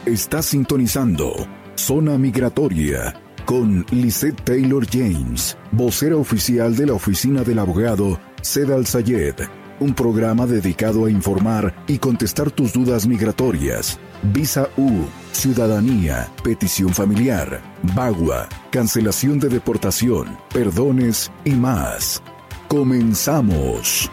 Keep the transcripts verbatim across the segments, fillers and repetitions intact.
Está sintonizando Zona Migratoria con Lisette Taylor James, vocera oficial de la Oficina del Abogado Said Al-Sayed, un programa dedicado a informar y contestar tus dudas migratorias. Visa U, ciudadanía, petición familiar, VAWA, cancelación de deportación, perdones y más. Comenzamos.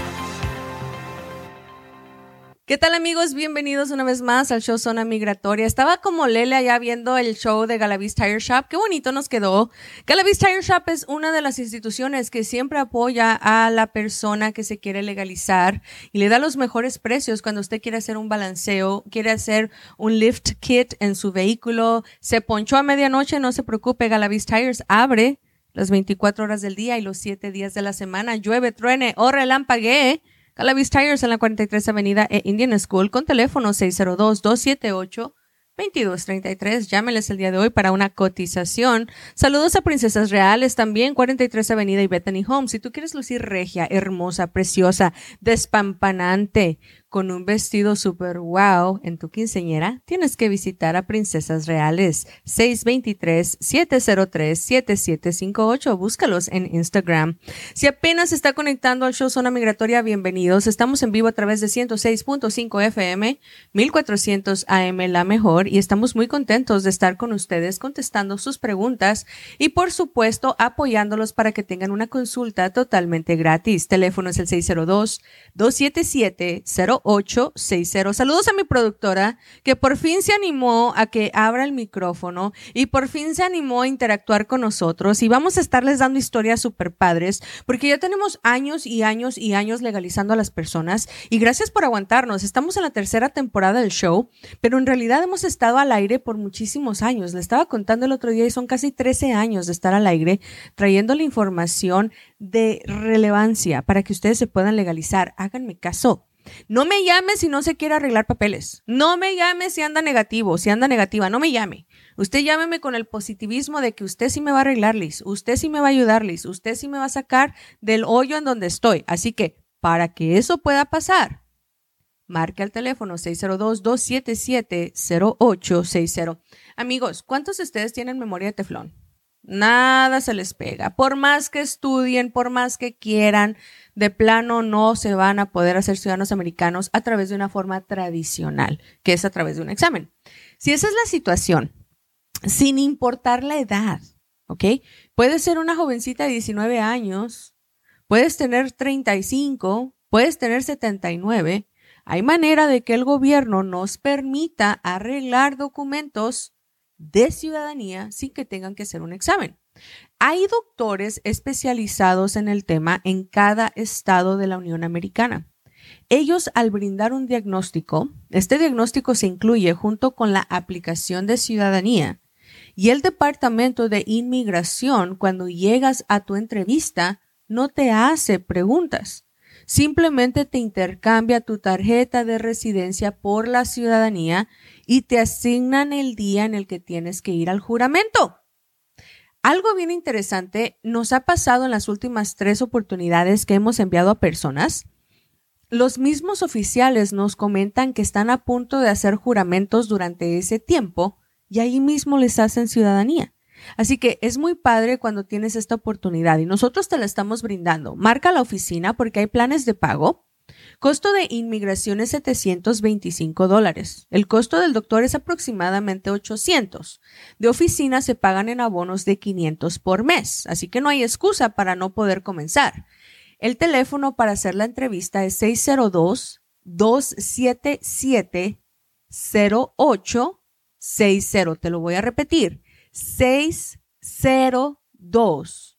¿Qué tal, amigos? Bienvenidos una vez más al show Zona Migratoria. Estaba como Lele allá viendo el show de Galaviz Tire Shop. Qué bonito nos quedó. Galaviz Tire Shop es una de las instituciones que siempre apoya a la persona que se quiere legalizar y le da los mejores precios cuando usted quiere hacer un balanceo, quiere hacer un lift kit en su vehículo, se ponchó a medianoche, no se preocupe, Galaviz Tires abre las veinticuatro horas del día y los siete días de la semana. Llueve, truene o relampaguee. Galaviz Tires en la cuarenta y tres Avenida e Indian School con teléfono seis cero dos, dos siete ocho, dos dos tres tres. Llámeles el día de hoy para una cotización. Saludos a Princesas Reales también, cuarenta y tres Avenida y Bethany Homes. Si tú quieres lucir regia, hermosa, preciosa, despampanante, con un vestido super wow en tu quinceañera, tienes que visitar a Princesas Reales. seis dos tres, siete cero tres, siete siete cinco ocho. Búscalos en Instagram. Si apenas se está conectando al show Zona Migratoria, bienvenidos. Estamos en vivo a través de ciento seis punto cinco F M, mil cuatrocientos A M La Mejor, y estamos muy contentos de estar con ustedes contestando sus preguntas y, por supuesto, apoyándolos para que tengan una consulta totalmente gratis. Teléfono es el seis cero dos, dos siete siete, cero ocho seis cero. Saludos a mi productora que por fin se animó a que abra el micrófono y por fin se animó a interactuar con nosotros, y vamos a estarles dando historias súper padres porque ya tenemos años y años y años legalizando a las personas, y gracias por aguantarnos. Estamos en la tercera temporada del show, pero en realidad hemos estado al aire por muchísimos años. Le estaba contando el otro día y son casi trece años de estar al aire trayendo la información de relevancia para que ustedes se puedan legalizar. Háganme caso. No me llame si no se quiere arreglar papeles. No me llame si anda negativo, si anda negativa. No me llame. Usted llámeme con el positivismo de que usted sí me va a arreglar, Liz. Usted sí me va a ayudar, Liz. Usted sí me va a sacar del hoyo en donde estoy. Así que, para que eso pueda pasar, marque al teléfono seis cero dos, dos siete siete, cero ocho seis cero. Amigos, ¿cuántos de ustedes tienen memoria de teflón? Nada se les pega. Por más que estudien, por más que quieran, de plano no se van a poder hacer ciudadanos americanos a través de una forma tradicional, que es a través de un examen. Si esa es la situación, sin importar la edad, ¿ok? Puedes ser una jovencita de diecinueve años, puedes tener treinta y cinco, puedes tener setenta y nueve. Hay manera de que el gobierno nos permita arreglar documentos de ciudadanía sin que tengan que hacer un examen. Hay doctores especializados en el tema en cada estado de la Unión Americana. Ellos, al brindar un diagnóstico, este diagnóstico se incluye junto con la aplicación de ciudadanía, y el Departamento de Inmigración, cuando llegas a tu entrevista, no te hace preguntas. Simplemente te intercambia tu tarjeta de residencia por la ciudadanía y te asignan el día en el que tienes que ir al juramento. Algo bien interesante nos ha pasado en las últimas tres oportunidades que hemos enviado a personas. Los mismos oficiales nos comentan que están a punto de hacer juramentos durante ese tiempo y ahí mismo les hacen ciudadanía. Así que es muy padre cuando tienes esta oportunidad y nosotros te la estamos brindando. Marca la oficina porque hay planes de pago. Costo de inmigración es setecientos veinticinco dólares. El costo del doctor es aproximadamente ochocientos. De oficina se pagan en abonos de quinientos por mes, así que no hay excusa para no poder comenzar. El teléfono para hacer la entrevista es seis cero dos, dos siete siete, cero ocho seis cero. Te lo voy a repetir. seis cero dos,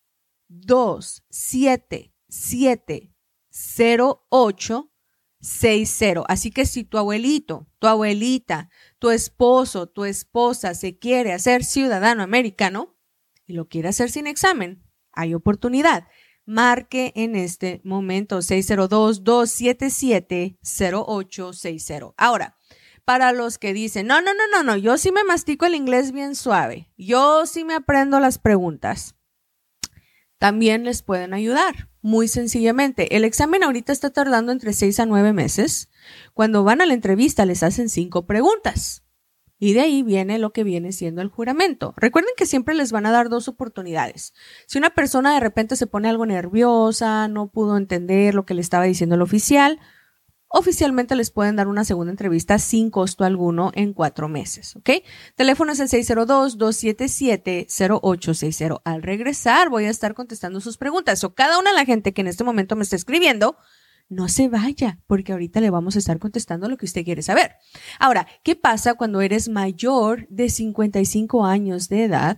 dos siete siete, cero ocho seis cero. Así que si tu abuelito, tu abuelita, tu esposo, tu esposa se quiere hacer ciudadano americano y lo quiere hacer sin examen, hay oportunidad. Marque en este momento seis cero dos, dos siete siete, cero ocho seis cero. Ahora, para los que dicen, no, no, no, no, no, yo sí me mastico el inglés bien suave, yo sí me aprendo las preguntas, también les pueden ayudar. Muy sencillamente, el examen ahorita está tardando entre seis a nueve meses. Cuando van a la entrevista les hacen cinco preguntas. Y de ahí viene lo que viene siendo el juramento. Recuerden que siempre les van a dar dos oportunidades. Si una persona de repente se pone algo nerviosa, no pudo entender lo que le estaba diciendo el oficial, oficialmente les pueden dar una segunda entrevista sin costo alguno en cuatro meses, ¿ok? Teléfono es el seis cero dos, dos siete siete, cero ocho seis cero. Al regresar voy a estar contestando sus preguntas. O cada una de la gente que en este momento me está escribiendo, no se vaya, porque ahorita le vamos a estar contestando lo que usted quiere saber. Ahora, ¿qué pasa cuando eres mayor de cincuenta y cinco años de edad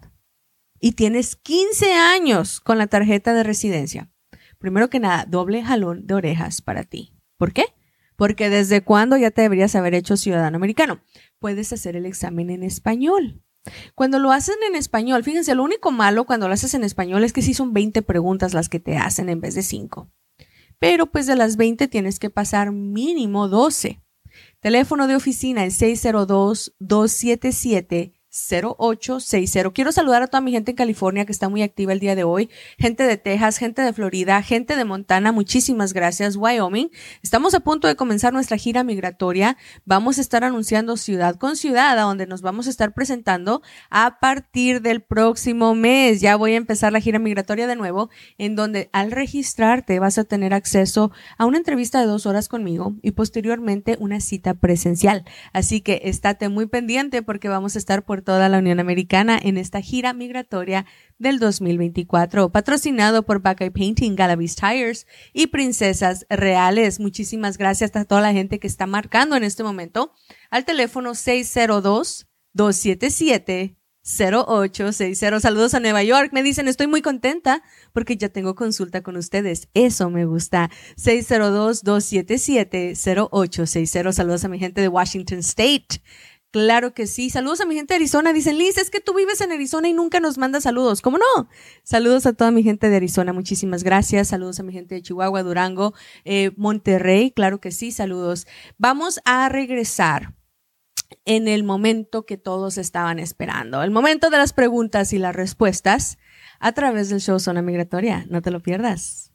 y tienes quince años con la tarjeta de residencia? Primero que nada, doble jalón de orejas para ti. ¿Por qué? Porque ¿desde cuándo ya te deberías haber hecho ciudadano americano? Puedes hacer el examen en español. Cuando lo hacen en español, fíjense, lo único malo cuando lo haces en español es que sí son veinte preguntas las que te hacen en vez de cinco. Pero pues de las veinte tienes que pasar mínimo doce. Teléfono de oficina es seis cero dos, dos siete siete, cero ocho seis cero. Quiero saludar a toda mi gente en California que está muy activa el día de hoy. Gente de Texas, gente de Florida, gente de Montana, muchísimas gracias. Wyoming. Estamos a punto de comenzar nuestra gira migratoria. Vamos a estar anunciando ciudad con ciudad, a donde nos vamos a estar presentando a partir del próximo mes. Ya voy a empezar la gira migratoria de nuevo, en donde al registrarte vas a tener acceso a una entrevista de dos horas conmigo y posteriormente una cita presencial. Así que estate muy pendiente porque vamos a estar por toda la Unión Americana en esta gira migratoria del dos mil veinticuatro, patrocinado por Buckeye Painting, Galavis Tires y Princesas Reales. Muchísimas gracias a toda la gente que está marcando en este momento al teléfono seis cero dos, dos siete siete, cero ocho seis cero. Saludos a Nueva York. Me dicen, estoy muy contenta porque ya tengo consulta con ustedes. Eso me gusta. seis cero dos, dos siete siete, cero ocho seis cero. Saludos a mi gente de Washington State. Claro que sí. Saludos a mi gente de Arizona. Dicen, Liz, es que tú vives en Arizona y nunca nos mandas saludos. ¿Cómo no? Saludos a toda mi gente de Arizona. Muchísimas gracias. Saludos a mi gente de Chihuahua, Durango, eh, Monterrey. Claro que sí. Saludos. Vamos a regresar en el momento que todos estaban esperando. El momento de las preguntas y las respuestas a través del show Zona Migratoria. No te lo pierdas.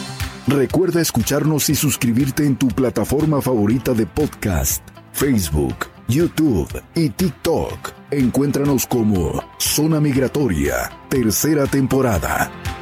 Recuerda escucharnos y suscribirte en tu plataforma favorita de podcast, Facebook, YouTube y TikTok. Encuéntranos como Zona Migratoria, tercera temporada.